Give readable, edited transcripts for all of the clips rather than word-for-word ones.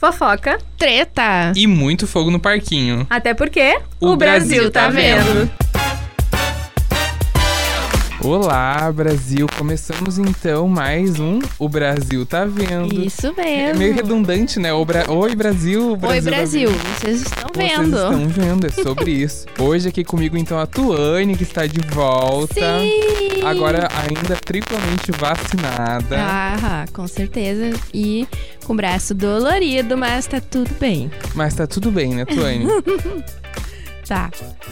fofoca, treta e muito fogo no parquinho. Até porque o Brasil tá vendo. Olá, Brasil! Começamos então mais um O Brasil Tá Vendo. Isso mesmo. É meio redundante, né? Oi, Brasil! Oi, Brasil! Vocês estão vendo. Vocês estão vendo, é sobre isso. Hoje aqui comigo então a Tuane, que está de volta. Sim! Agora ainda triplamente vacinada. Ah, com certeza. E com o braço dolorido, mas tá tudo bem. Mas tá tudo bem, né, Tuane? Tá.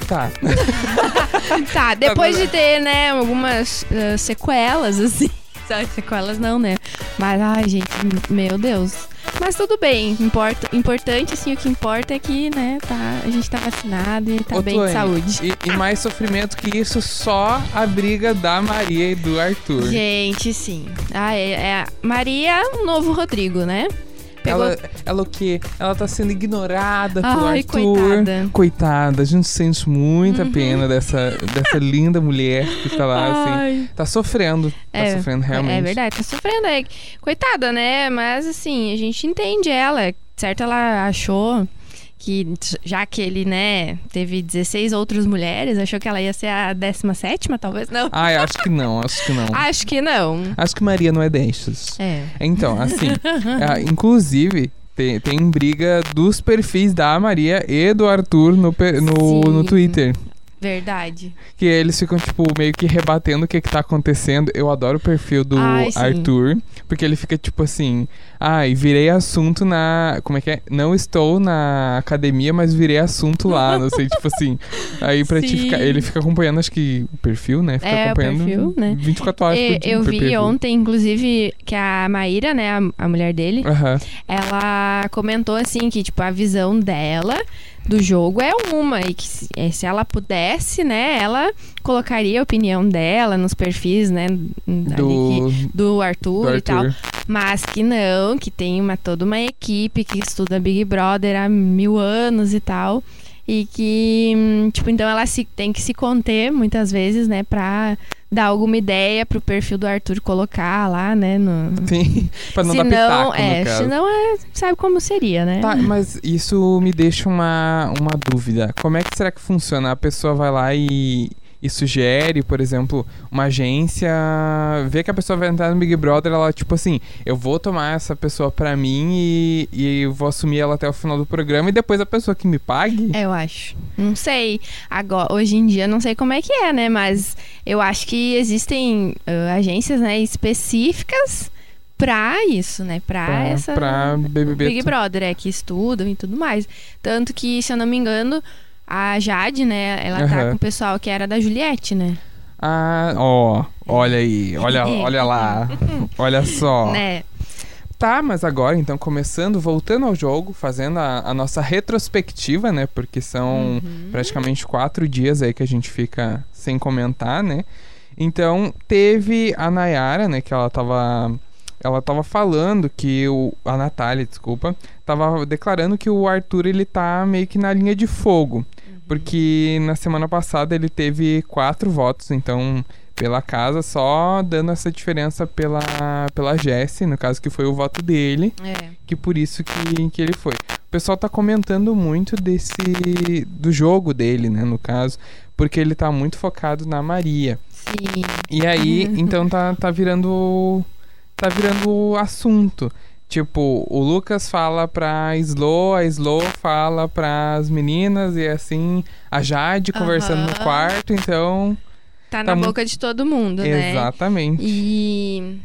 Tá, depois de ter, né, algumas sequelas, assim. Sequelas não, né? Mas, ai, gente, meu Deus. Mas tudo bem. Importante, assim, o que importa é que, né, a gente tá vacinado e tá bem Tuane, de saúde. E mais sofrimento que isso, só a briga da Maria e do Arthur. Gente, sim. É a Maria, um novo Rodrigo, né? Ela o quê? Ela tá sendo ignorada pelo Ai, Arthur. Coitada. A gente sente muita Uhum. pena dessa linda mulher que está lá, assim. Ai. Tá sofrendo. Tá sofrendo realmente. É verdade, tá sofrendo. Coitada, né? Mas, assim, a gente entende ela. Certo, ela achou que, já que ele, né, teve 16 outras mulheres, achou que ela ia ser a 17ª, talvez? Não. Ai, acho que não. Acho que não. Acho que Maria não é dessas. É. Então, assim, inclusive, tem briga dos perfis da Maria e do Arthur no Twitter. Verdade. Que eles ficam, tipo, meio que rebatendo o que tá acontecendo. Eu adoro o perfil do Arthur. Porque ele fica, tipo assim... virei assunto na... Como é que é? Não estou na academia, mas virei assunto lá. Não sei, tipo assim... Aí pra ti ficar... Ele fica acompanhando, acho que, o perfil, né? Fica acompanhando o perfil, né? 24 horas por dia. Eu vi ontem, inclusive, que a Maíra, né? A mulher dele... Ela comentou, assim, que, tipo, a visão dela... do jogo é uma, e que se ela pudesse, né, ela colocaria a opinião dela nos perfis, né, do Arthur e tal, mas que não, que tem toda uma equipe que estuda Big Brother há 1000 anos e tal, e que, tipo, então ela tem que se conter muitas vezes, né, pra dar alguma ideia pro perfil do Arthur colocar lá, né, Sim, pra não dar pitaco, no caso. Senão sabe como seria, né? Tá, mas isso me deixa uma dúvida. Como é que será que funciona? A pessoa vai lá e sugere, por exemplo, uma agência, vê que a pessoa vai entrar no Big Brother, ela, tipo assim, eu vou tomar essa pessoa pra mim e vou assumir ela até o final do programa e depois a pessoa que me pague? Eu acho. Não sei. Agora, hoje em dia, não sei como é que é, né? Mas eu acho que existem agências, né, específicas pra isso, né? Pra Big Brother, que estudam e tudo mais. Tanto que, se eu não me engano, a Jade, né, ela tá com o pessoal que era da Juliette, né? Olha aí, olha lá, olha só. Né? Tá, mas agora, então, voltando ao jogo, fazendo a nossa retrospectiva, né, porque são praticamente 4 dias aí que a gente fica sem comentar, né? Então, teve a Nayara, né, que ela tava falando que a Natália, desculpa, tava declarando que o Arthur, ele tá meio que na linha de fogo. Porque na semana passada ele teve 4 votos, então, pela casa, só dando essa diferença pela Jessie, no caso que foi o voto dele, que por isso que ele foi. O pessoal tá comentando muito do jogo dele, né, no caso, porque ele tá muito focado na Maria. Sim. E aí, então tá virando assunto. Tipo, o Lucas fala pra Slo, a Slo fala pras meninas e assim, a Jade conversando no quarto, então... Tá na boca de todo mundo, né? Exatamente. E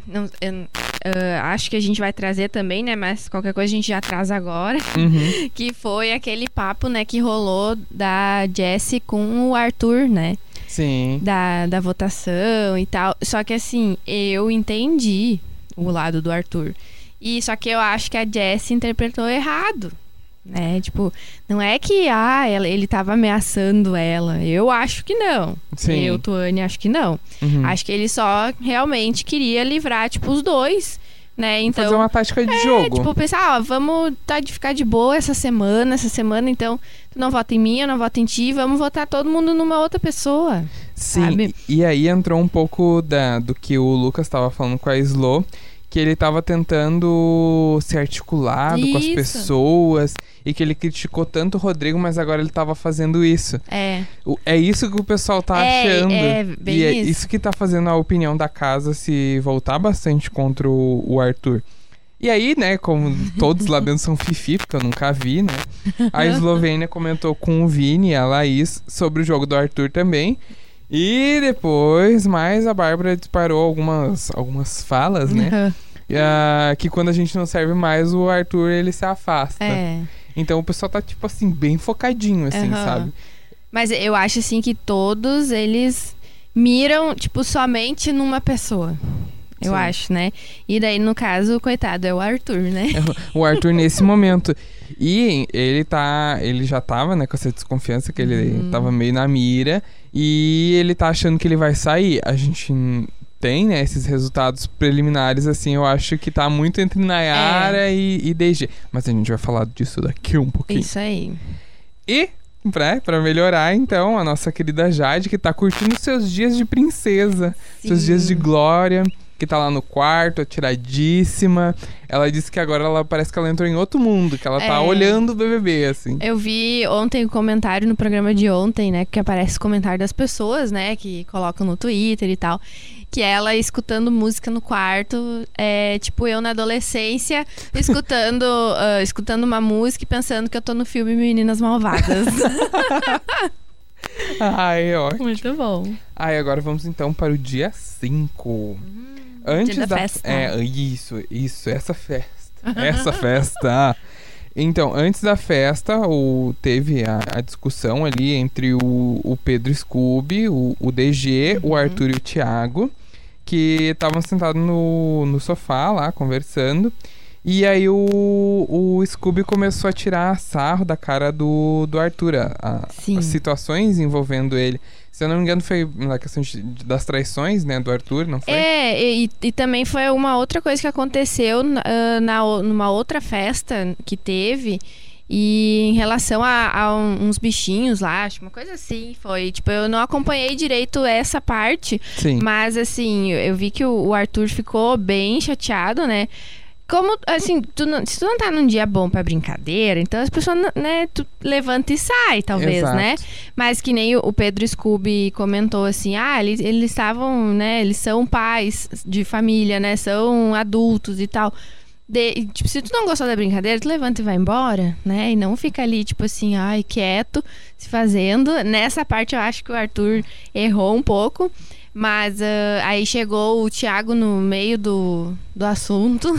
acho que a gente vai trazer também, né? Mas qualquer coisa a gente já traz agora. Que foi aquele papo, né, que rolou da Jessie com o Arthur, né? Sim. Da votação e tal. Só que assim, eu entendi o lado do Arthur. Só que eu acho que a Jessie interpretou errado, né? Tipo, não é que ele tava ameaçando ela. Eu acho que não. Sim. Eu, Tuane, acho que não. Acho que ele só realmente queria livrar, tipo, os dois, né? Então, fazer uma tática de jogo. Tipo, pensar, vamos ficar de boa essa semana, então tu não vota em mim, eu não voto em ti, vamos votar todo mundo numa outra pessoa. Sim, sabe? E aí entrou um pouco do que o Lucas tava falando com a Slo, que ele tava tentando ser articulado com as pessoas e que ele criticou tanto o Rodrigo, mas agora ele tava fazendo isso. É isso que o pessoal tá achando. Bem e é isso. isso que tá fazendo a opinião da casa se voltar bastante contra o Arthur. E aí, né, como todos lá dentro são fifi, porque eu nunca vi, né, a Eslovênia comentou com o Vini e a Laís sobre o jogo do Arthur também. E depois, mais a Bárbara disparou algumas falas, né, que quando a gente não serve mais, o Arthur, ele se afasta. Então o pessoal tá, tipo assim, bem focadinho, assim, sabe? Mas eu acho, assim, que todos eles miram, tipo, somente numa pessoa. Eu acho, né? E daí, no caso, coitado, é o Arthur, né? O Arthur nesse momento. E ele já tava, né, com essa desconfiança que ele tava meio na mira. E ele tá achando que ele vai sair. A gente tem, né, esses resultados preliminares, assim, eu acho que tá muito entre Nayara e DG. Mas a gente vai falar disso daqui um pouquinho. Isso aí. E... Pra melhorar, então, a nossa querida Jade, que tá curtindo seus dias de princesa, seus dias de glória, que tá lá no quarto, atiradíssima. Ela disse que agora parece que ela entrou em outro mundo, que ela tá olhando o BBB, assim. Eu vi ontem o comentário no programa de ontem, né, que aparece o comentário das pessoas, né, que colocam no Twitter e tal, que ela escutando música no quarto, tipo eu na adolescência, escutando uma música e pensando que eu tô no filme Meninas Malvadas. Ai, ótimo. Muito bom. Ai, agora vamos então para o dia 5. Antes dia da festa. Isso, essa festa. Então, antes da festa, teve a discussão ali entre o Pedro Scooby, o DG, o Arthur e o Thiago, que estavam sentados no sofá lá, conversando. E aí o Scooby começou a tirar sarro da cara do Arthur, as situações envolvendo ele. Se eu não me engano, foi na questão das traições, né, do Arthur, não foi? E também foi uma outra coisa que aconteceu numa outra festa que teve, e em relação a uns bichinhos lá, acho uma coisa assim, foi, tipo, eu não acompanhei direito essa parte, mas assim, eu vi que o Arthur ficou bem chateado, né? Como, assim, se tu não tá num dia bom pra brincadeira, então as pessoas, né, tu levanta e sai, talvez, né? Mas que nem o Pedro Scooby comentou assim, eles estavam, né, eles são pais de família, né, são adultos e tal. Tipo, se tu não gostou da brincadeira, tu levanta e vai embora, né? E não fica ali, tipo assim, quieto, se fazendo. Nessa parte eu acho que o Arthur errou um pouco. Mas aí chegou o Thiago no meio do assunto.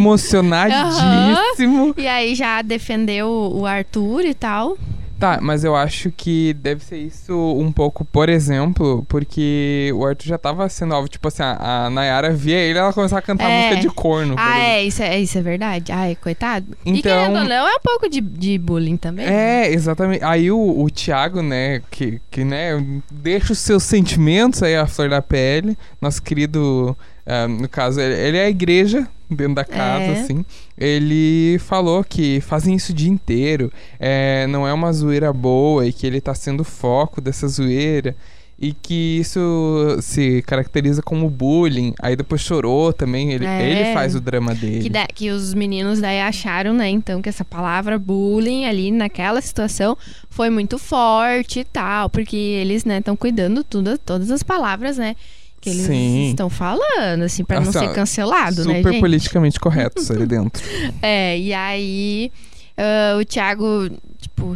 Emocionadíssimo. E aí já defendeu o Arthur e tal. Tá, mas eu acho que deve ser isso um pouco, por exemplo, porque o Arthur já tava sendo alvo, tipo assim, a Nayara via ele, ela começava a cantar música de corno. Isso é verdade. Ai, coitado. Então, e querendo ou não, é um pouco de bullying também. Exatamente. Aí o Thiago, né, que né, deixa os seus sentimentos aí à flor da pele, nosso querido, no caso, ele é a igreja dentro da casa, assim. Ele falou que fazem isso o dia inteiro, não é uma zoeira boa e que ele tá sendo o foco dessa zoeira e que isso se caracteriza como bullying. Aí depois chorou também, ele faz o drama dele. Que os meninos daí acharam, né, então, que essa palavra bullying ali naquela situação foi muito forte e tal, porque eles, né, estão cuidando todas as palavras, né, que eles estão falando, assim, pra não ser cancelado, né, gente? Super politicamente corretos ali dentro. E aí o Thiago, tipo,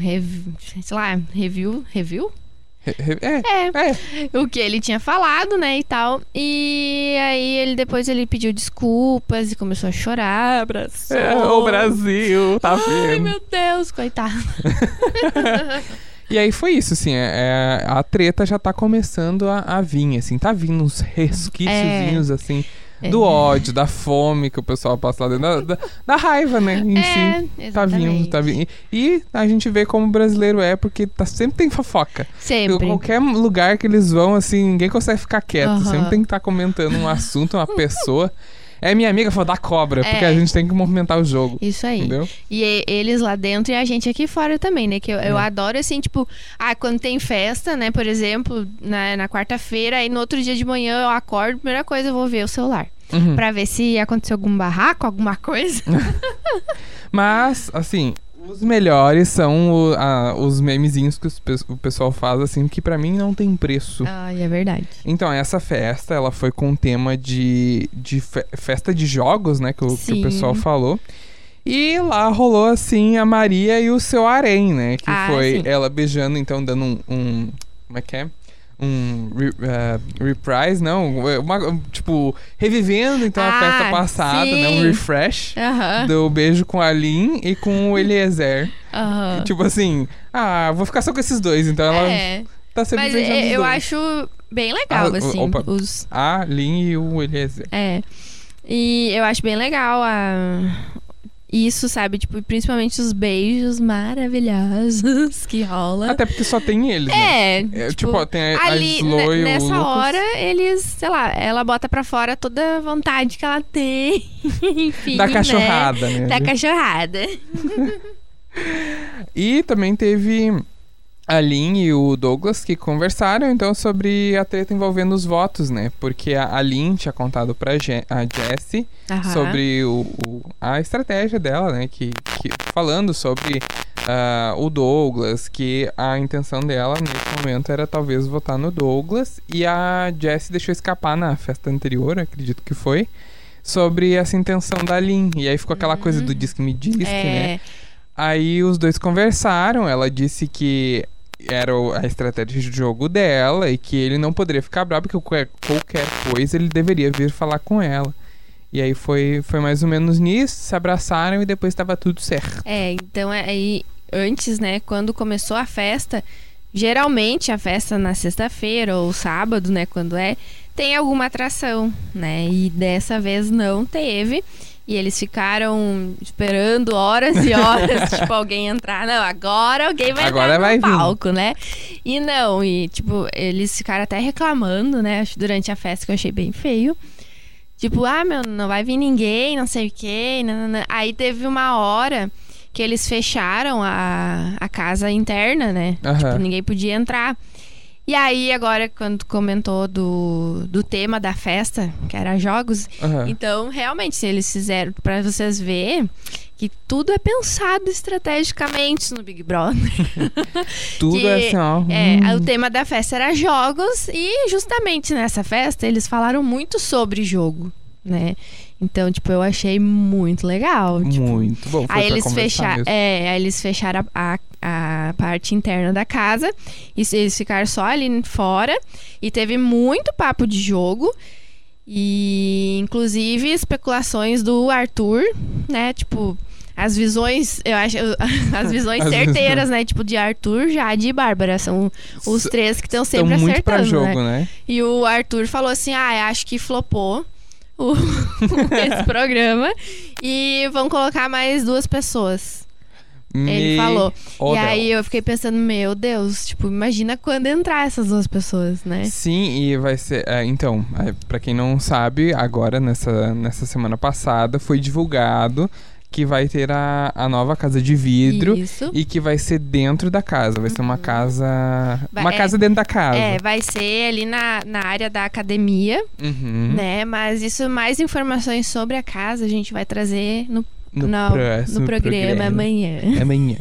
reviu? O que ele tinha falado, né, e tal. E aí depois ele pediu desculpas e começou a chorar, abraçou. O Brasil, tá vendo? Ai, meu Deus, coitado. E aí foi isso, assim, a treta já tá começando a vir, assim, tá vindo uns resquíciozinhos, assim, do ódio, da fome que o pessoal passa lá dentro, da raiva, né, em si. Tá vindo. E a gente vê como o brasileiro porque sempre tem fofoca. Sempre. Qualquer lugar que eles vão, assim, ninguém consegue ficar quieto, sempre tem que estar comentando um assunto, uma pessoa. Minha amiga falou da cobra, porque a gente tem que movimentar o jogo. Isso aí. Entendeu? E eles lá dentro e a gente aqui fora também, né? Que eu adoro, assim, tipo... quando tem festa, né? Por exemplo, na quarta-feira, aí no outro dia de manhã eu acordo, primeira coisa eu vou ver o celular. pra ver se aconteceu algum barraco, alguma coisa. Mas, assim, os melhores são os memezinhos que o pessoal faz, assim, que pra mim não tem preço. Ai, é verdade. Então, essa festa, ela foi com tema de festa de jogos, né, que o pessoal falou. E lá rolou, assim, a Maria e o seu harém, né? Que foi ela beijando, então, dando como é que é? Reprise, não? Tipo, revivendo, então, a festa passada, né? Um refresh do beijo com a Lin e com o Eliezer. Tipo assim, vou ficar só com esses dois. Então, ela tá sempre beijando os dois. Eu acho bem legal, assim. A Lin e o Eliezer. E eu acho bem legal isso, sabe? Tipo, principalmente os beijos maravilhosos que rolam. Até porque só tem eles, né? Tipo, tem a Slow e o nessa Lucas. hora, eles, sei lá, ela bota pra fora toda a vontade que ela tem. Enfim, da cachorrada, né? Da cachorrada. E também teve a Lin e o Douglas que conversaram, então, sobre a treta envolvendo os votos, né? Porque a Lin tinha contado pra a Jessie sobre a estratégia dela, né? Que falando sobre o Douglas, que a intenção dela nesse momento era talvez votar no Douglas, e a Jessie deixou escapar na festa anterior, acredito que foi, sobre essa intenção da Lin. E aí ficou aquela coisa do disque-me disque, né? Aí os dois conversaram, ela disse que era a estratégia de jogo dela e que ele não poderia ficar bravo, porque qualquer coisa ele deveria vir falar com ela. E aí foi mais ou menos nisso, se abraçaram e depois estava tudo certo. Então aí antes, né, quando começou a festa, geralmente a festa na sexta-feira ou sábado, né, quando tem alguma atração, né, e dessa vez não teve. E eles ficaram esperando horas e horas, tipo, alguém entrar. Não, agora alguém vai entrar no palco, né? E não, tipo, eles ficaram até reclamando, né? Durante a festa, que eu achei bem feio. Tipo, não vai vir ninguém, não sei o quê. Nanana. Aí teve uma hora que eles fecharam a casa interna, né? Tipo, ninguém podia entrar. E aí, agora, quando tu comentou do tema da festa, que era jogos, então, realmente, se eles fizeram, pra vocês verem que tudo é pensado estrategicamente no Big Brother. Tudo é assim, ó. O tema da festa era jogos, e justamente nessa festa, eles falaram muito sobre jogo, né? Então, tipo, eu achei muito legal. Tipo, muito bom. Aí eles fecharam a parte interna da casa. E eles ficaram só ali fora. E teve muito papo de jogo. E, inclusive, especulações do Arthur, né? Tipo, as visões, eu acho, as visões certeiras, né? Tipo, de Arthur, Jade e Bárbara. São os três que estão sempre acertando, muito pra jogo, né? E o Arthur falou assim, acho que flopou esse programa e vão colocar mais 2 pessoas. Ele falou. E aí eu fiquei pensando, meu Deus, tipo, imagina quando entrar essas 2 pessoas, né? Sim, e vai ser... então, pra quem não sabe, agora, nessa semana passada, foi divulgado que vai ter a nova casa de vidro. Isso. E que vai ser dentro da casa. Vai ser uma casa... casa dentro da casa. Vai ser ali na área da academia, né? Mas mais informações sobre a casa a gente vai trazer no programa amanhã. Amanhã?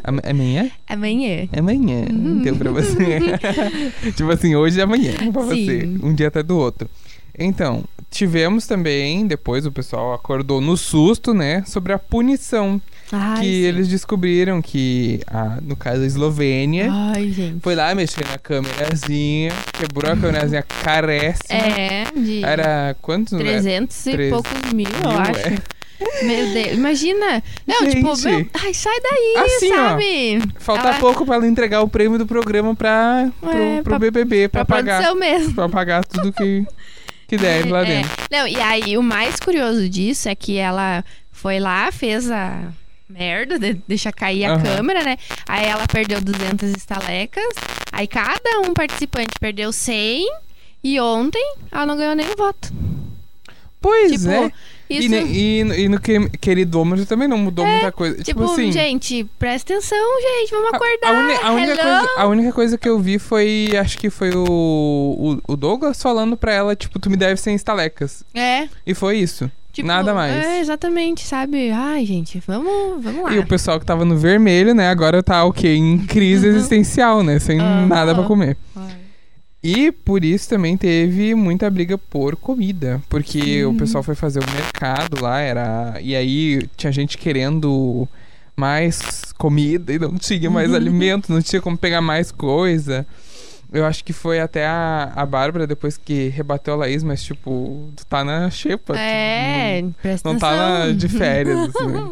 Amanhã. Então, pra você. Tipo assim, hoje e amanhã pra você. Um dia até do outro. Então, tivemos também, depois o pessoal acordou no susto, né? Sobre a punição. Eles descobriram que, no caso, a Eslovênia foi lá mexer na câmerazinha, quebrou a câmerazinha caríssima. Era quantos? 300 e poucos mil, eu acho. Meu Deus, imagina. Não, gente, tipo, sai daí, assim, sabe? Falta pouco pra ela entregar o prêmio do programa pro BBB, pra pagar. Produção mesmo. Pra pagar tudo que der lá dentro. Não, e aí, o mais curioso disso é que ela foi lá, fez a merda, deixa cair a câmera, né? Aí ela perdeu 200 estalecas. Aí cada um participante perdeu 100. E ontem ela não ganhou nenhum voto. Pois é. Isso... E no queridômetro também não mudou muita coisa. Tipo assim... gente, presta atenção, gente, vamos acordar. A única coisa que eu vi foi... Acho que foi o Douglas falando pra ela, tipo, tu me deve 100 estalecas. E foi isso. Tipo, nada mais. Exatamente, sabe? Ai, gente, vamos lá. E o pessoal que tava no vermelho, né? Agora tá o quê? Em crise existencial, né? Sem nada pra comer. E por isso também teve muita briga por comida. Porque o pessoal foi fazer o mercado lá, e aí tinha gente querendo mais comida e não tinha mais alimento, não tinha como pegar mais coisa. Eu acho que foi até a Bárbara depois que rebateu a Laís, mas tipo, tu tá na xepa. Presta não atenção. Tá de férias, assim.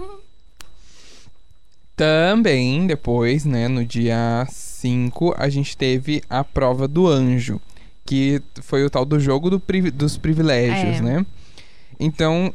Também, depois, né, no dia 5, a gente teve a prova do anjo, que foi o tal do jogo dos privilégios, né? Então,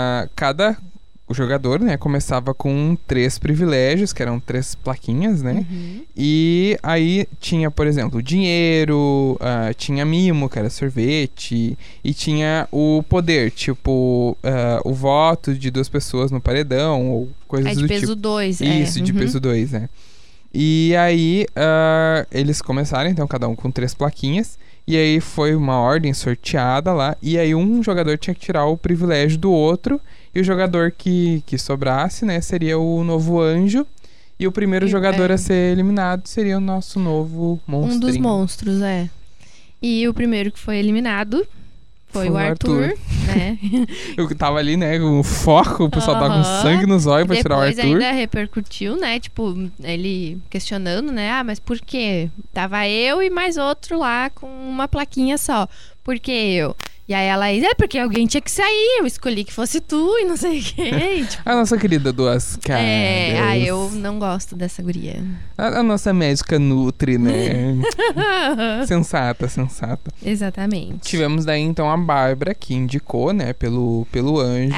o jogador, né, começava com 3 privilégios, que eram 3 plaquinhas, né? E aí tinha, por exemplo, dinheiro, tinha mimo, que era sorvete, e tinha o poder, tipo, o voto de 2 pessoas no paredão, ou coisas do tipo. De peso 2, Isso, de peso 2, né? E aí, eles começaram, então, cada um com 3 plaquinhas. E aí foi uma ordem sorteada lá. E aí um jogador tinha que tirar o privilégio do outro. E o jogador que sobrasse, né, seria o novo anjo. E o primeiro jogador a ser eliminado seria o nosso novo monstro. Um dos monstros, E o primeiro que foi eliminado foi o Arthur, né? Eu tava ali, né, com foco, o pessoal tava com sangue nos olhos pra tirar o Arthur. Depois ainda repercutiu, né, tipo, ele questionando, né, mas por quê? Tava eu e mais outro lá com uma plaquinha só. Por que eu? E aí ela diz, porque alguém tinha que sair, eu escolhi que fosse tu e não sei o quê. Tipo, a nossa querida Duas Caras. Eu não gosto dessa guria. A nossa médica Nutri, né? Sensata. Exatamente. Tivemos daí, então, a Bárbara, que indicou, né, pelo anjo.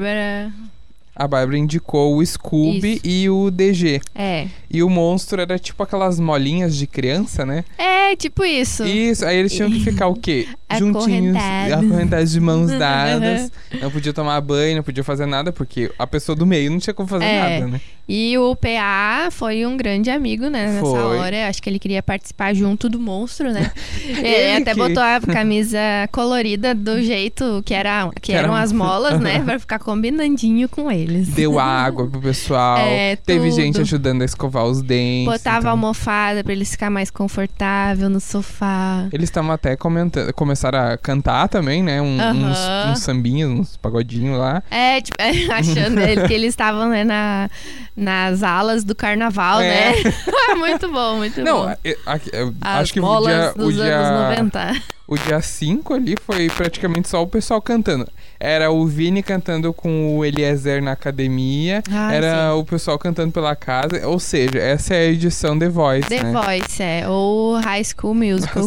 A Bárbara indicou o Scooby e o DG. E o monstro era tipo aquelas molinhas de criança, né? Tipo isso. Isso, aí eles tinham que ficar o quê? Juntinhos, acorrentados de mãos dadas. Não podia tomar banho, não podia fazer nada, porque a pessoa do meio não tinha como fazer nada, né? E o PA foi um grande amigo, né, nessa hora. Acho que ele queria participar junto do monstro, né? Ele até botou a camisa colorida do jeito que eram as molas, né? Pra ficar combinandinho com eles. Deu água pro pessoal. Teve gente ajudando a escovar os dentes. Botava almofada pra eles ficar mais confortável no sofá. Eles estavam até começaram a cantar também, né? Uns sambinhos, uns pagodinhos lá. Tipo, achando que eles estavam, né, nas alas do carnaval, né? Muito bom, muito bom. Não, acho que o dia 5 ali foi praticamente só o pessoal cantando. Era o Vini cantando com o Eliezer na academia. O pessoal cantando pela casa. Ou seja, essa é a edição The Voice, The Voice, ou High School Musical.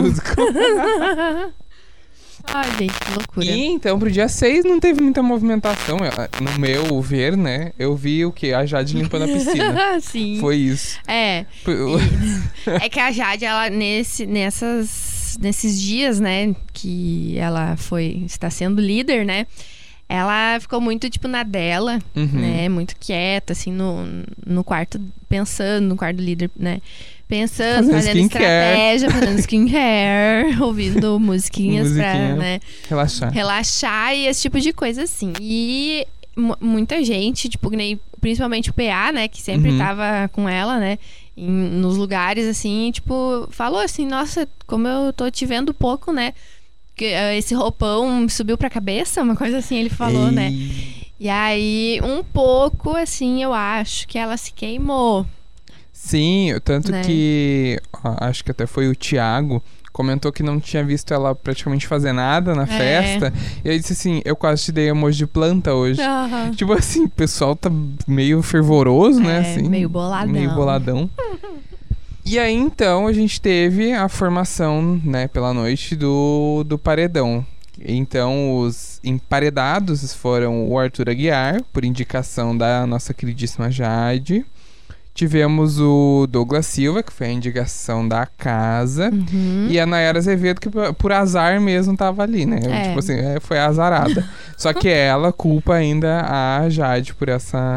Ai, gente, que loucura. E então, pro dia 6 não teve muita movimentação. No meu ver, né? Eu vi o quê? A Jade limpando a piscina. Sim. Foi isso. É que a Jade, ela nesses dias, né, que ela está sendo líder, né? Ela ficou muito, tipo, na dela, né? Muito quieta, assim, no quarto, pensando, no quarto do líder, né? Pensando, fazendo estratégia, fazendo skincare, ouvindo musiquinhas pra, né? Relaxar e esse tipo de coisa, assim. E muita gente, tipo, principalmente o PA, né? Que sempre tava com ela, né? Nos lugares, assim, tipo, falou assim, nossa, como eu tô te vendo pouco, né? Esse roupão subiu pra cabeça, uma coisa assim, ele falou, né? E aí, um pouco, assim, eu acho que ela se queimou. Sim, tanto que acho que até foi o Thiago comentou que não tinha visto ela praticamente fazer nada na festa. E aí disse assim, eu quase te dei emoji de planta hoje. Tipo assim, o pessoal tá meio fervoroso, né? Assim, meio boladão. E aí, então, a gente teve a formação, né, pela noite do paredão. Então, os emparedados foram o Arthur Aguiar, por indicação da nossa queridíssima Jade. Tivemos o Douglas Silva, que foi a indicação da casa. E a Nayara Azevedo, que por azar mesmo tava ali, né? Tipo assim, foi azarada. Só que ela culpa ainda a Jade por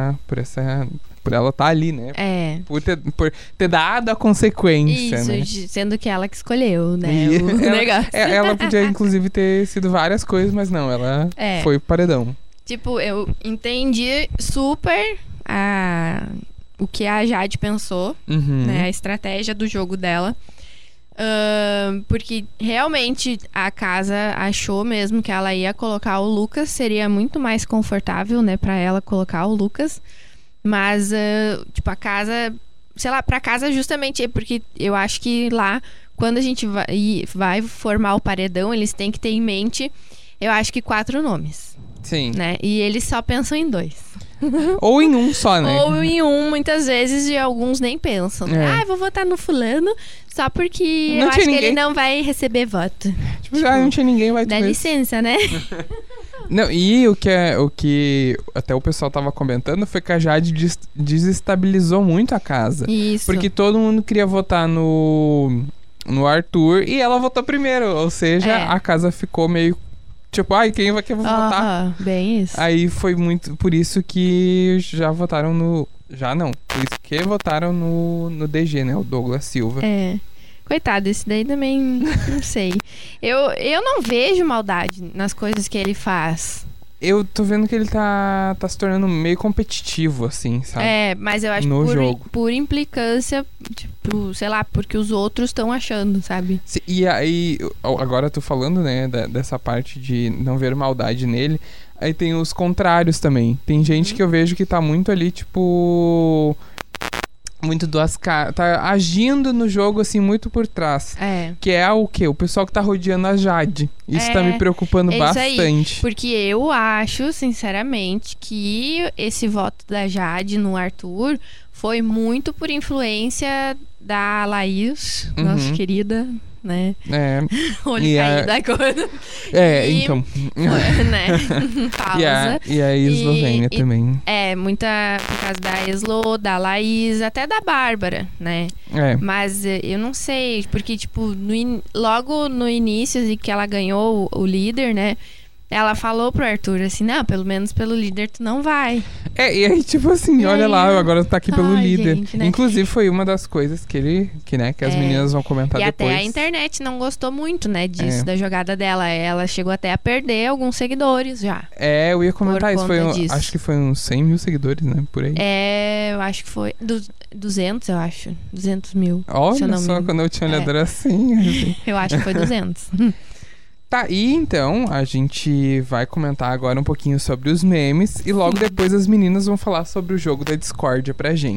ela estar ali, né? Por ter dado a consequência, isso, né? Sendo que ela que escolheu, né? O negócio. Ela podia, inclusive, ter sido várias coisas, mas não, ela foi pro paredão. Tipo, eu entendi super o que a Jade pensou, né? A estratégia do jogo dela. Porque realmente a casa achou mesmo que ela ia colocar o Lucas. Seria muito mais confortável, né? Pra ela colocar o Lucas. Mas, tipo, a casa... Sei lá, pra casa justamente porque eu acho que lá, quando a gente vai formar o paredão, eles têm que ter em mente, eu acho que 4 nomes. Sim. Né? E eles só pensam em 2. Ou em um só, né? Ou em um, muitas vezes, e alguns nem pensam. Vou votar no fulano só porque eu acho que ele não vai receber voto. Tipo, não tinha ninguém, vai ter. Dá licença, né? Não, e o que até o pessoal tava comentando foi que a Jade desestabilizou muito a casa. Isso. Porque todo mundo queria votar no Arthur e ela votou primeiro. Ou seja, a casa ficou meio... Tipo, quem vai votar? Bem isso. Aí foi muito... Por isso que já votaram no... Já não. Por isso que votaram no DG, né? O Douglas Silva. Coitado, esse daí também não sei. Eu não vejo maldade nas coisas que ele faz. Eu tô vendo que ele tá se tornando meio competitivo, assim, sabe? Mas eu acho que por implicância, tipo, sei lá, porque os outros estão achando, sabe? E aí, agora eu tô falando, né, dessa parte de não ver maldade nele. Aí tem os contrários também. Tem gente que eu vejo que tá muito ali, tipo... Muito duas caras. Tá agindo no jogo, assim, muito por trás. Que é o quê? O pessoal que tá rodeando a Jade. Isso tá me preocupando bastante. Aí, porque eu acho, sinceramente, que esse voto da Jade no Arthur foi muito por influência da Laís, nossa querida, né? Olho caído agora. Então. Né? Pausa. E a Eslovênia também. Muita por causa da Eslo, da Laís, até da Bárbara, né? Mas eu não sei, porque, tipo, logo no início, assim, que ela ganhou o líder, né? Ela falou pro Arthur assim, não, pelo menos pelo líder tu não vai. E aí, tipo assim, olha lá, agora tá aqui pelo líder. Gente, né? Inclusive, foi uma das coisas que que as meninas vão comentar depois. E até a internet não gostou muito, né, disso, da jogada dela. Ela chegou até a perder alguns seguidores já. Eu ia comentar isso. Acho que foi uns 100 mil seguidores, né, por aí. Eu acho que foi 200, eu acho. 200 mil. Olha só, quando eu tinha olhado era assim. Eu acho que foi 200. Tá, e então a gente vai comentar agora um pouquinho sobre os memes e logo depois as meninas vão falar sobre o jogo da discórdia pra gente.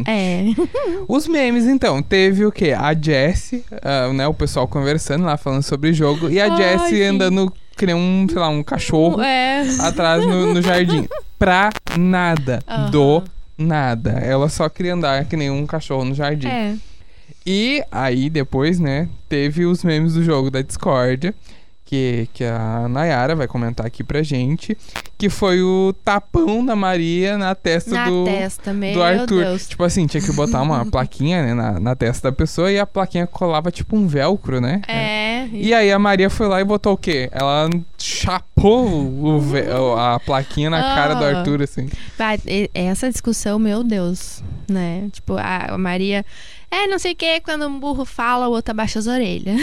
Os memes, então, teve o quê? A Jessie, né, o pessoal conversando lá, falando sobre o jogo, e a Jessie andando que nem um cachorro atrás no jardim. Pra nada, do nada. Ela só queria andar que nem um cachorro no jardim. E aí depois, né, teve os memes do jogo da discórdia. Que a Nayara vai comentar aqui pra gente, que foi o tapão da Maria na testa do Arthur. Deus. Tipo assim, tinha que botar uma plaquinha, né, na testa da pessoa e a plaquinha colava tipo um velcro, né? E aí a Maria foi lá e botou o quê? Ela chapou a plaquinha na cara do Arthur, assim. Essa discussão, meu Deus, né? Tipo, a Maria... não sei o que, quando um burro fala, o outro abaixa as orelhas.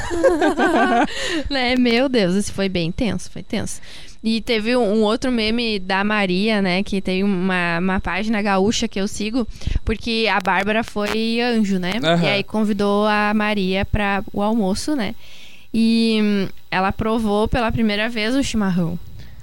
Né? Meu Deus, isso foi bem tenso, foi tenso. E teve um outro meme da Maria, né? Que tem uma página gaúcha que eu sigo, porque a Bárbara foi anjo, né? E aí convidou a Maria para o almoço, né? E ela provou pela primeira vez o chimarrão.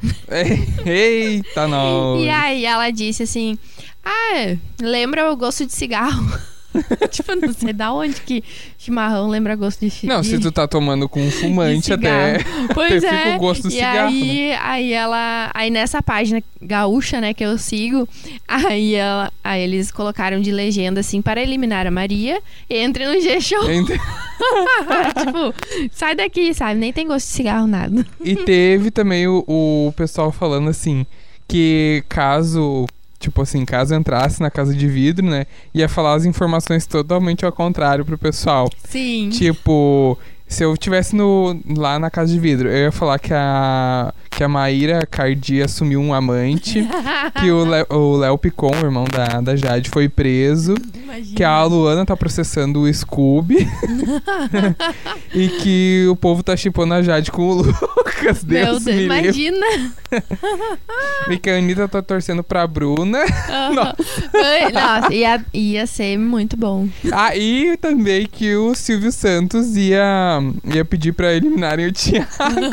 Eita, nós! E aí ela disse assim, lembra o gosto de cigarro. Tipo, não sei da onde que chimarrão lembra gosto de cigarro. Não, se tu tá tomando com um fumante até fica o gosto do cigarro. Aí nessa página gaúcha, né, que eu sigo, aí eles colocaram de legenda assim, para eliminar a Maria, entre no G-Show. Tipo, sai daqui, sabe? Nem tem gosto de cigarro, nada. E teve também o pessoal falando assim, que caso tipo assim, caso entrasse na casa de vidro, né, ia falar as informações totalmente ao contrário pro pessoal. Sim. Tipo, se eu estivesse lá na casa de vidro, eu ia falar que a Maíra Cardi assumiu um amante, que o Léo Picon, o irmão da Jade, foi preso, imagina, que a Luana tá processando o Scooby e que o povo tá chipando a Jade com o Lucas. Deus me livre. Imagina! E que a Anitta tá torcendo pra Bruna. Nossa, ia ser muito bom. Ah, e também que o Silvio Santos ia pedir pra eliminarem o Thiago.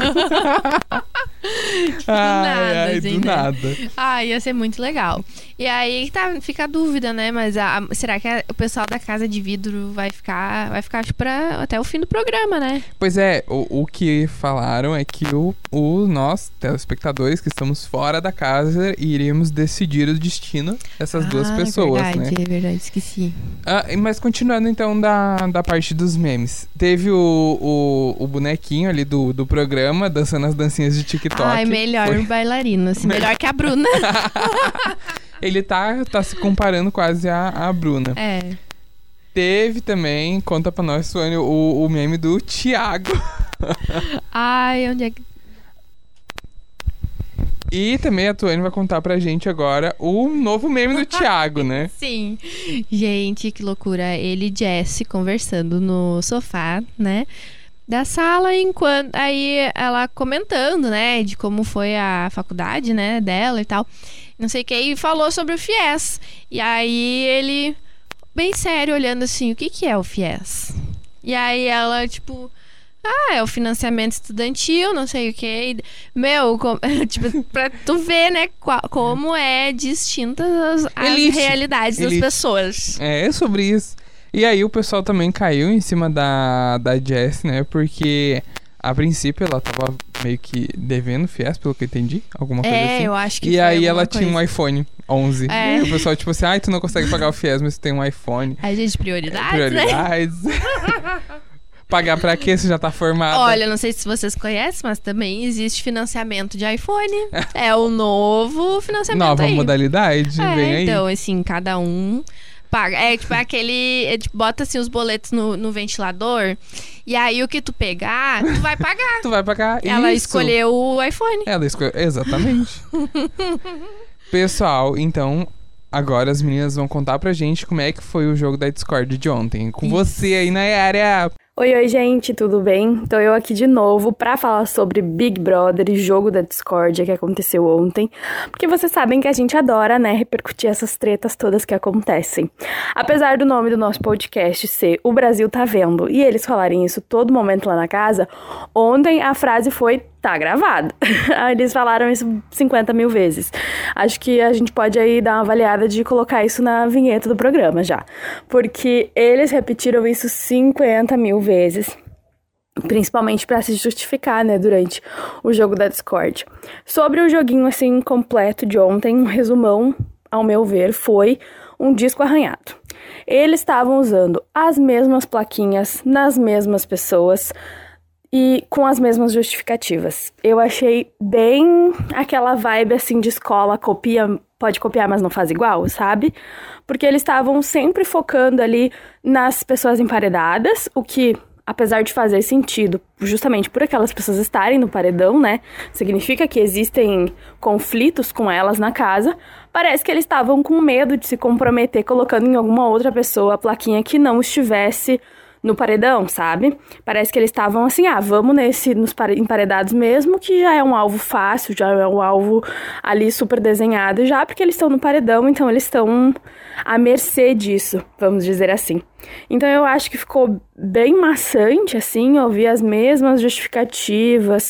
Do nada. Ah, ia ser muito legal. E aí fica a dúvida, né? Mas será que o pessoal da casa de vidro vai ficar acho, até o fim do programa, né? Pois é, o que falaram é que nós, telespectadores que estamos fora da casa, iremos decidir o destino dessas duas pessoas, né? É verdade, esqueci. Mas continuando então da parte dos memes. Teve o bonequinho ali do programa dançando as dancinhas de TikTok. Ai, melhor bailarino, assim, melhor que a Bruna. Ele tá se comparando quase a Bruna. É. Teve também, conta pra nós, Suane, o meme do Thiago. Ai, onde é que... E também a Tuane vai contar pra gente agora o novo meme do Thiago, né? Sim. Gente, que loucura. Ele e Jessie conversando no sofá, né? Da sala, enquanto... Aí ela comentando, né? De como foi a faculdade, né? Dela e tal. Não sei o que. E falou sobre o FIES. E aí ele... Bem sério, olhando assim, o que é o FIES? E aí ela, tipo... é o financiamento estudantil, não sei o que. Meu, tipo, pra tu ver, né, como é distintas as realidades das pessoas. É sobre isso. E aí o pessoal também caiu em cima da Jess, né, porque a princípio ela tava meio que devendo FIES, pelo que eu entendi, alguma coisa assim. Eu acho que E aí ela tinha um iPhone 11. E o pessoal, tipo assim, tu não consegue pagar o FIES, mas tu tem um iPhone. A gente, prioridades, né? Pagar pra quê? Você já tá formada. Olha, não sei se vocês conhecem, mas também existe financiamento de iPhone. É o novo financiamento. Nova modalidade, vem aí. Então, assim, cada um paga. É tipo aquele... tipo, bota assim os boletos no ventilador. E aí o que tu pegar, tu vai pagar. Tu vai pagar. Ela escolheu o iPhone. Ela escolheu... Exatamente. Pessoal, então... Agora as meninas vão contar pra gente como é que foi o jogo da Discord de ontem. Com você aí, Nayara. Oi, gente, tudo bem? Tô eu aqui de novo pra falar sobre Big Brother e jogo da Discord que aconteceu ontem, porque vocês sabem que a gente adora, né, repercutir essas tretas todas que acontecem. Apesar do nome do nosso podcast ser O Brasil Tá Vendo e eles falarem isso todo momento lá na casa, ontem a frase foi tá gravado. Eles falaram isso 50 mil vezes. Acho que a gente pode aí dar uma avaliada de colocar isso na vinheta do programa já, porque eles repetiram isso 50 mil vezes, principalmente para se justificar, né, durante o jogo da Discord. Sobre o joguinho, assim, completo de ontem, um resumão, ao meu ver, foi um disco arranhado. Eles estavam usando as mesmas plaquinhas nas mesmas pessoas e com as mesmas justificativas. Eu achei bem aquela vibe, assim, de escola, pode copiar, mas não faz igual, sabe? Porque eles estavam sempre focando ali nas pessoas emparedadas, o que, apesar de fazer sentido, justamente por aquelas pessoas estarem no paredão, né? Significa que existem conflitos com elas na casa. Parece que eles estavam com medo de se comprometer colocando em alguma outra pessoa a plaquinha que não estivesse no paredão, sabe? Parece que eles estavam assim, vamos nos emparedados mesmo, que já é um alvo fácil, já é um alvo ali super desenhado já, porque eles estão no paredão, então eles estão à mercê disso, vamos dizer assim. Então eu acho que ficou bem maçante, assim, ouvir as mesmas justificativas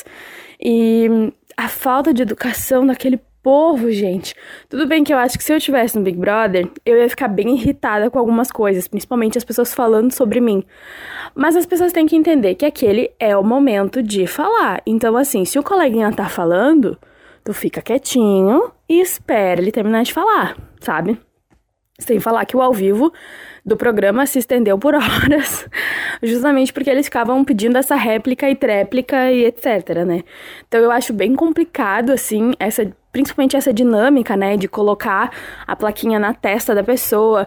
e a falta de educação daquele povo, gente. Tudo bem que eu acho que se eu estivesse no Big Brother, eu ia ficar bem irritada com algumas coisas, principalmente as pessoas falando sobre mim. Mas as pessoas têm que entender que aquele é o momento de falar. Então, assim, se o coleguinha tá falando, tu fica quietinho e espera ele terminar de falar, sabe? Sem falar que o ao vivo do programa se estendeu por horas, justamente porque eles ficavam pedindo essa réplica e tréplica e etc, né? Então eu acho bem complicado, assim, principalmente essa dinâmica, né, de colocar a plaquinha na testa da pessoa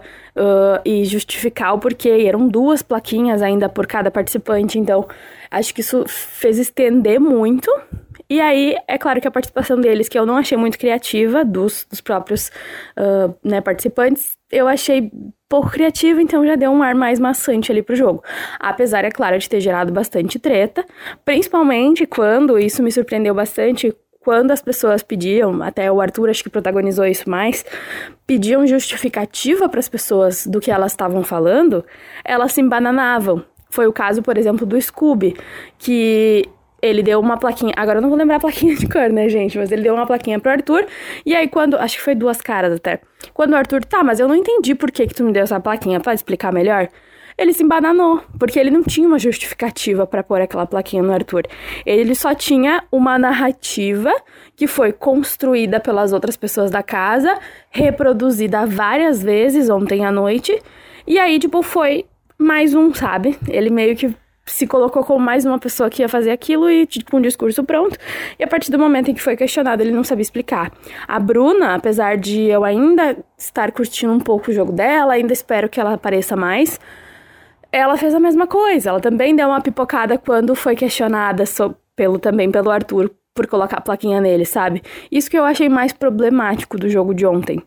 e justificar o porquê. E eram 2 plaquinhas ainda por cada participante, então acho que isso fez estender muito. E aí, é claro que a participação deles, que eu não achei muito criativa, dos próprios participantes, eu achei pouco criativa, então já deu um ar mais maçante ali pro jogo. Apesar, é claro, de ter gerado bastante treta, principalmente quando, isso me surpreendeu bastante, quando as pessoas pediam, até o Arthur acho que protagonizou isso mais, pediam justificativa para as pessoas do que elas estavam falando, elas se embananavam. Foi o caso, por exemplo, do Scooby, que ele deu uma plaquinha, agora eu não vou lembrar a plaquinha de cor, né, gente, mas ele deu uma plaquinha pro Arthur, e aí acho que foi 2 caras até, quando o Arthur, mas eu não entendi por que tu me deu essa plaquinha, pode explicar melhor? Ele se embananou, porque ele não tinha uma justificativa pra pôr aquela plaquinha no Arthur. Ele só tinha uma narrativa que foi construída pelas outras pessoas da casa, reproduzida várias vezes ontem à noite, e aí, foi mais um, sabe? Ele meio que se colocou como mais uma pessoa que ia fazer aquilo e com um discurso pronto. E a partir do momento em que foi questionado, ele não sabia explicar. A Bruna, apesar de eu ainda estar curtindo um pouco o jogo dela, ainda espero que ela apareça mais, ela fez a mesma coisa. Ela também deu uma pipocada quando foi questionada também pelo Arthur por colocar a plaquinha nele, sabe? Isso que eu achei mais problemático do jogo de ontem.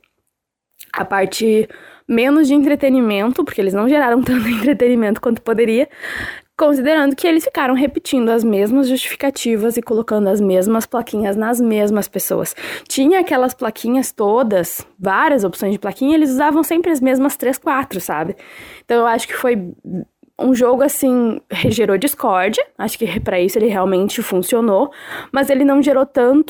A parte menos de entretenimento, porque eles não geraram tanto entretenimento quanto poderia, considerando que eles ficaram repetindo as mesmas justificativas e colocando as mesmas plaquinhas nas mesmas pessoas. Tinha aquelas plaquinhas todas, várias opções de plaquinha, eles usavam sempre as mesmas 3, 4, sabe? Então eu acho que foi um jogo, assim, gerou discórdia, acho que pra isso ele realmente funcionou, mas ele não gerou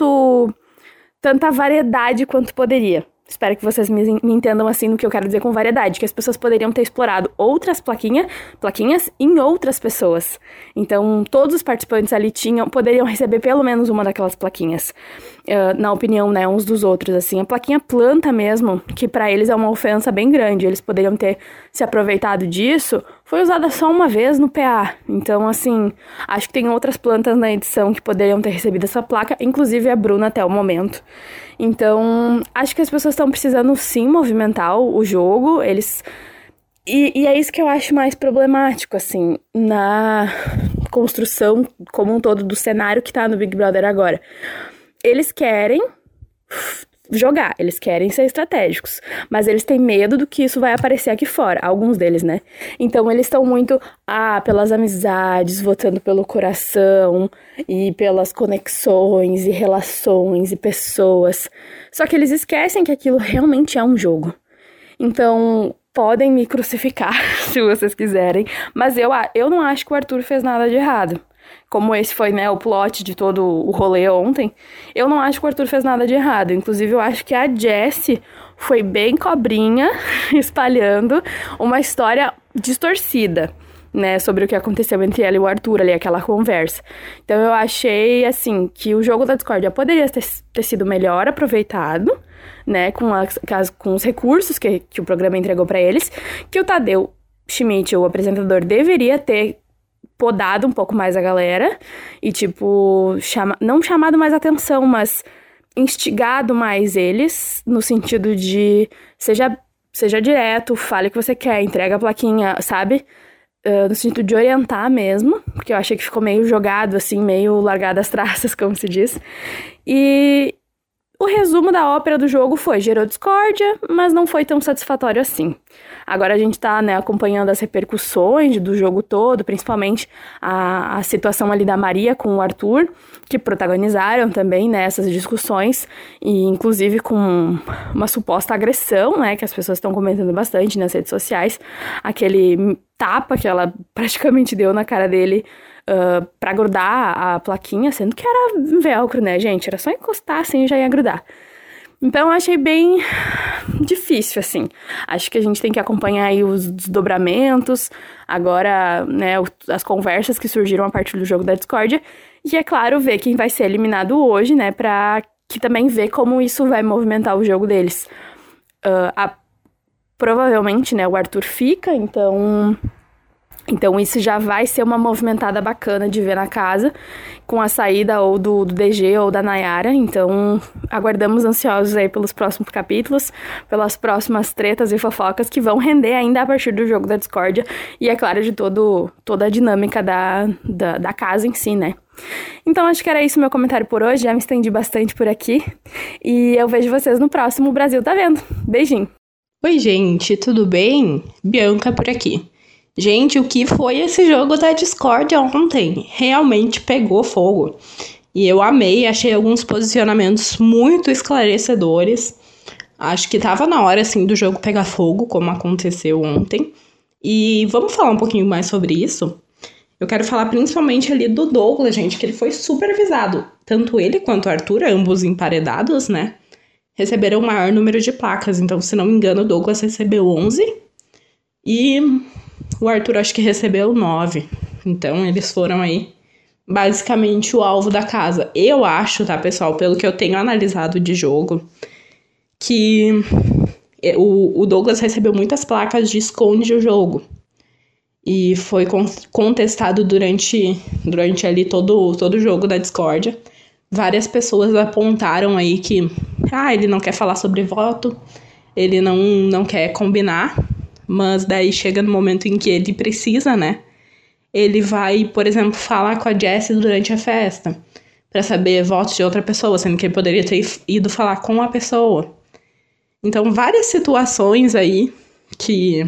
tanta variedade quanto poderia. Espero que vocês me entendam assim no que eu quero dizer com variedade, que as pessoas poderiam ter explorado outras plaquinhas em outras pessoas. Então, todos os participantes ali poderiam receber pelo menos uma daquelas plaquinhas, na opinião, né, uns dos outros, assim. A plaquinha planta mesmo, que pra eles é uma ofensa bem grande, eles poderiam ter se aproveitado disso, foi usada só uma vez no PA. Então, assim, acho que tem outras plantas na edição que poderiam ter recebido essa placa, inclusive a Bruna até o momento. Então, acho que as pessoas estão precisando sim movimentar o jogo, E é isso que eu acho mais problemático, assim, na construção como um todo do cenário que tá no Big Brother agora. Eles querem jogar, eles querem ser estratégicos, mas eles têm medo do que isso vai aparecer aqui fora, alguns deles, né? Então eles estão muito, pelas amizades, votando pelo coração e pelas conexões e relações e pessoas. Só que eles esquecem que aquilo realmente é um jogo. Então, podem me crucificar se vocês quiserem, mas eu não acho que o Arthur fez nada de errado. Como esse foi, né, o plot de todo o rolê ontem, eu não acho que o Arthur fez nada de errado. Inclusive, eu acho que a Jessie foi bem cobrinha, espalhando uma história distorcida, né, sobre o que aconteceu entre ela e o Arthur ali, aquela conversa. Então, eu achei, assim, que o jogo da discórdia poderia ter sido melhor aproveitado, né, com os recursos que o programa entregou pra eles, que o Tadeu Schmidt, o apresentador, deveria ter podado um pouco mais a galera e, não chamado mais atenção, mas instigado mais eles, no sentido de seja direto, fale o que você quer, entrega a plaquinha, sabe? No sentido de orientar mesmo, porque eu achei que ficou meio jogado, assim, meio largado as traças, como se diz. E o resumo da ópera do jogo gerou discórdia, mas não foi tão satisfatório assim. Agora a gente tá, né, acompanhando as repercussões do jogo todo, principalmente a situação ali da Maria com o Arthur, que protagonizaram também, né, essas discussões, e inclusive com uma suposta agressão, né, que as pessoas estão comentando bastante nas redes sociais, aquele tapa que ela praticamente deu na cara dele, pra grudar a plaquinha, sendo que era velcro, né, gente? Era só encostar assim e já ia grudar. Então, eu achei bem difícil, assim. Acho que a gente tem que acompanhar aí os desdobramentos, agora, né, as conversas que surgiram a partir do jogo da discórdia, e, é claro, ver quem vai ser eliminado hoje, né, pra que também ver como isso vai movimentar o jogo deles. provavelmente, né, o Arthur fica, então isso já vai ser uma movimentada bacana de ver na casa, com a saída ou do DG ou da Nayara. Então, aguardamos ansiosos aí pelos próximos capítulos, pelas próximas tretas e fofocas que vão render ainda a partir do jogo da discórdia. E, é claro, de toda a dinâmica da casa em si, né? Então, acho que era isso meu comentário por hoje. Já me estendi bastante por aqui. E eu vejo vocês no próximo Brasil Tá Vendo. Beijinho! Oi, gente, tudo bem? Bianca por aqui. Gente, o que foi esse jogo da discórdia ontem? Realmente pegou fogo. E eu amei, achei alguns posicionamentos muito esclarecedores. Acho que tava na hora, assim, do jogo pegar fogo, como aconteceu ontem. E vamos falar um pouquinho mais sobre isso? Eu quero falar principalmente ali do Douglas, gente, que ele foi super avisado. Tanto ele quanto o Arthur, ambos emparedados, né? Receberam o maior número de placas. Então, se não me engano, o Douglas recebeu 11. E o Arthur acho que recebeu 9. Então, eles foram aí basicamente o alvo da casa. Eu acho, tá, pessoal, pelo que eu tenho analisado de jogo, que o Douglas recebeu muitas placas de esconde o jogo. E foi contestado durante ali todo o jogo da discórdia. Várias pessoas apontaram aí que ele não quer falar sobre voto, ele não quer combinar. Mas daí chega no momento em que ele precisa, né? Ele vai, por exemplo, falar com a Jessie durante a festa pra saber votos de outra pessoa, sendo que ele poderia ter ido falar com a pessoa. Então, várias situações aí que,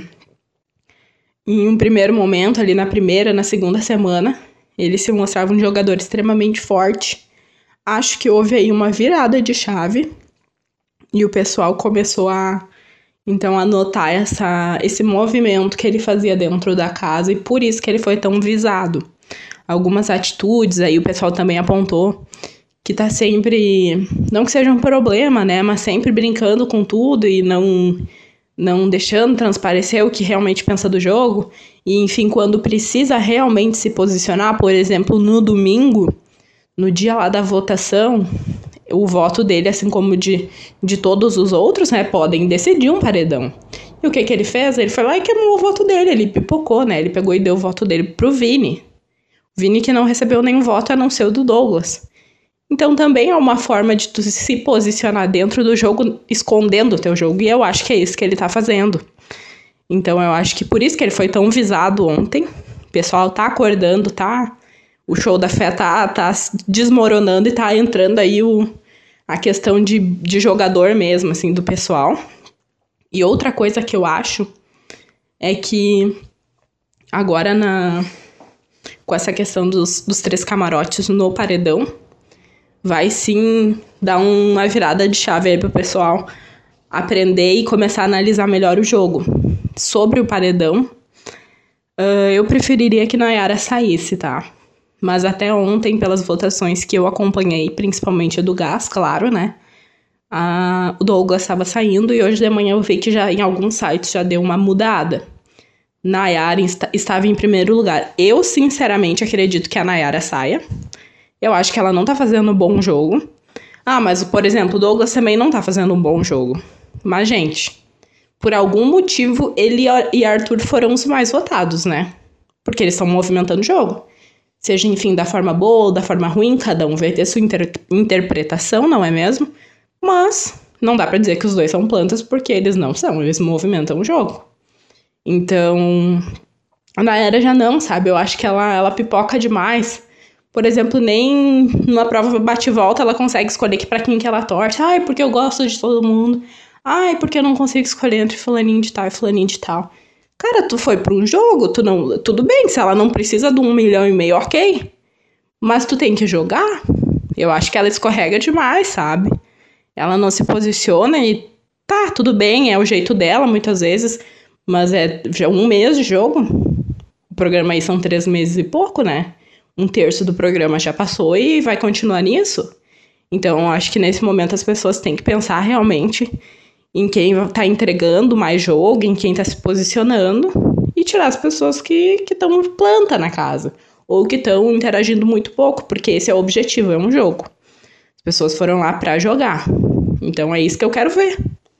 em um primeiro momento, ali na segunda semana, ele se mostrava um jogador extremamente forte. Acho que houve aí uma virada de chave e o pessoal começou a notar esse movimento que ele fazia dentro da casa e por isso que ele foi tão visado. Algumas atitudes aí o pessoal também apontou que tá sempre, não que seja um problema, né, mas sempre brincando com tudo e não deixando transparecer o que realmente pensa do jogo. E, enfim, quando precisa realmente se posicionar, por exemplo, no domingo, no dia lá da votação, o voto dele, assim como de todos os outros, né, podem decidir um paredão. E o que ele fez? Ele foi lá e queimou o voto dele, ele pipocou, né, ele pegou e deu o voto dele pro Vini. Vini que não recebeu nenhum voto a não ser o do Douglas. Então também é uma forma de tu se posicionar dentro do jogo, escondendo o teu jogo, e eu acho que é isso que ele tá fazendo. Então eu acho que por isso que ele foi tão visado ontem. O pessoal tá acordando, tá? O show da fé tá desmoronando e tá entrando aí a questão de jogador mesmo, assim, do pessoal. E outra coisa que eu acho é que agora com essa questão dos 3 camarotes no paredão, vai sim dar uma virada de chave aí pro pessoal aprender e começar a analisar melhor o jogo. Sobre o paredão, eu preferiria que Nayara saísse, tá? Mas até ontem, pelas votações que eu acompanhei, principalmente a do Gás, claro, né? O Douglas estava saindo e hoje de manhã eu vi que já em alguns sites já deu uma mudada. Nayara estava em primeiro lugar. Eu, sinceramente, acredito que a Nayara saia. Eu acho que ela não tá fazendo um bom jogo. Mas, por exemplo, o Douglas também não tá fazendo um bom jogo. Mas, gente, por algum motivo, ele e Arthur foram os mais votados, né? Porque eles estão movimentando o jogo. Seja, enfim, da forma boa ou da forma ruim, cada um vai ter sua interpretação, não é mesmo? Mas não dá pra dizer que os dois são plantas, porque eles não são, eles movimentam o jogo. Então, a Nayara já não, sabe? Eu acho que ela pipoca demais. Por exemplo, nem numa prova bate-volta ela consegue escolher pra quem que ela torce. Porque eu gosto de todo mundo. Porque eu não consigo escolher entre fulaninho de tal e fulaninho de tal. Cara, tu foi pra um jogo, tudo bem, se ela não precisa de 1,5 milhão, ok. Mas tu tem que jogar. Eu acho que ela escorrega demais, sabe? Ela não se posiciona e tá, tudo bem, é o jeito dela muitas vezes. Mas é já 1 mês de jogo. O programa aí são 3 meses e pouco, né? 1/3 do programa já passou e vai continuar nisso. Então, eu acho que nesse momento as pessoas têm que pensar realmente em quem tá entregando mais jogo, em quem tá se posicionando e tirar as pessoas que estão planta na casa ou que estão interagindo muito pouco, porque esse é o objetivo, é um jogo. As pessoas foram lá pra jogar. Então, é isso que eu quero ver.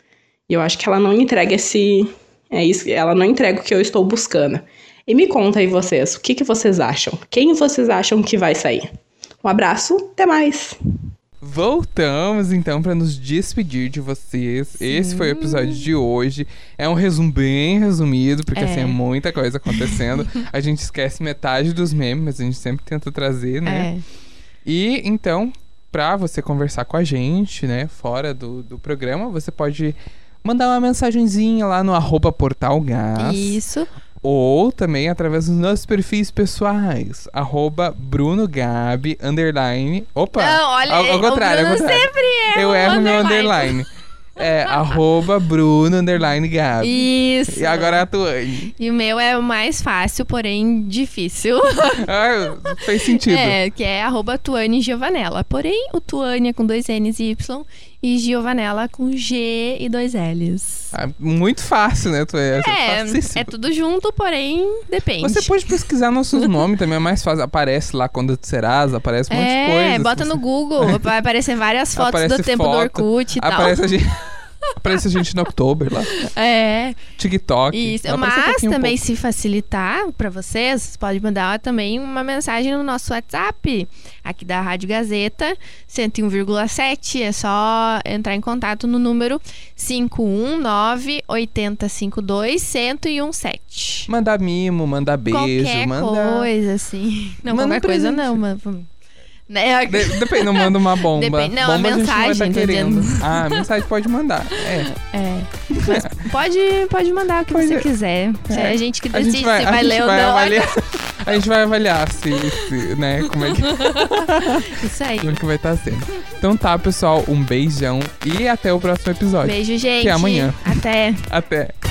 E eu acho que ela não entrega ela não entrega o que eu estou buscando. E me conta aí vocês, o que vocês acham? Quem vocês acham que vai sair? Um abraço, até mais! Voltamos então para nos despedir de vocês. Sim. Esse foi o episódio de hoje. É um resumo bem resumido, porque assim, é muita coisa acontecendo. A gente esquece metade dos memes, mas a gente sempre tenta trazer, né? E então, pra você conversar com a gente, né, fora do programa, você pode mandar uma mensagenzinha lá no @portalgas. Isso. Ou também através dos nossos perfis pessoais. @BrunoGabi_. Opa! Não, olha, ao contrário, o Bruno sempre eu erro meu underline. É @Bruno_Gabi. Isso. E agora a Tuane. E o meu é o mais fácil, porém difícil. Fez sentido. Que é @Tuane Giovanella. Porém, o Tuane é com 2 N's e Y e Giovanella com G e 2 L's. Muito fácil, né, Tuane? É tudo junto, porém depende. Você pode pesquisar nossos nomes também, é mais fácil. Aparece lá quando tu serás, aparece um monte de coisa. Bota no Google, vai aparecer várias fotos do tempo do Orkut e tal. Aparece a gente no Oktober lá. TikTok. Isso. Mas também, se facilitar pra vocês pode mandar também uma mensagem no nosso WhatsApp, aqui da Rádio Gazeta, 101,7. É só entrar em contato no número 519-8052-1017. Mandar mimo, mandar beijo. Qualquer coisa, assim. Não, qualquer coisa não, mas... Depende, não manda uma bomba. Não, bomba a mensagem, querendo. A mensagem pode mandar. Mas pode mandar o que você quiser. A gente que decide se vai ler ou não. A gente vai avaliar se né, como é que... Isso aí. Como é que vai estar sendo. Então tá, pessoal, um beijão e até o próximo episódio. Beijo, gente. Que é amanhã. Até. Até.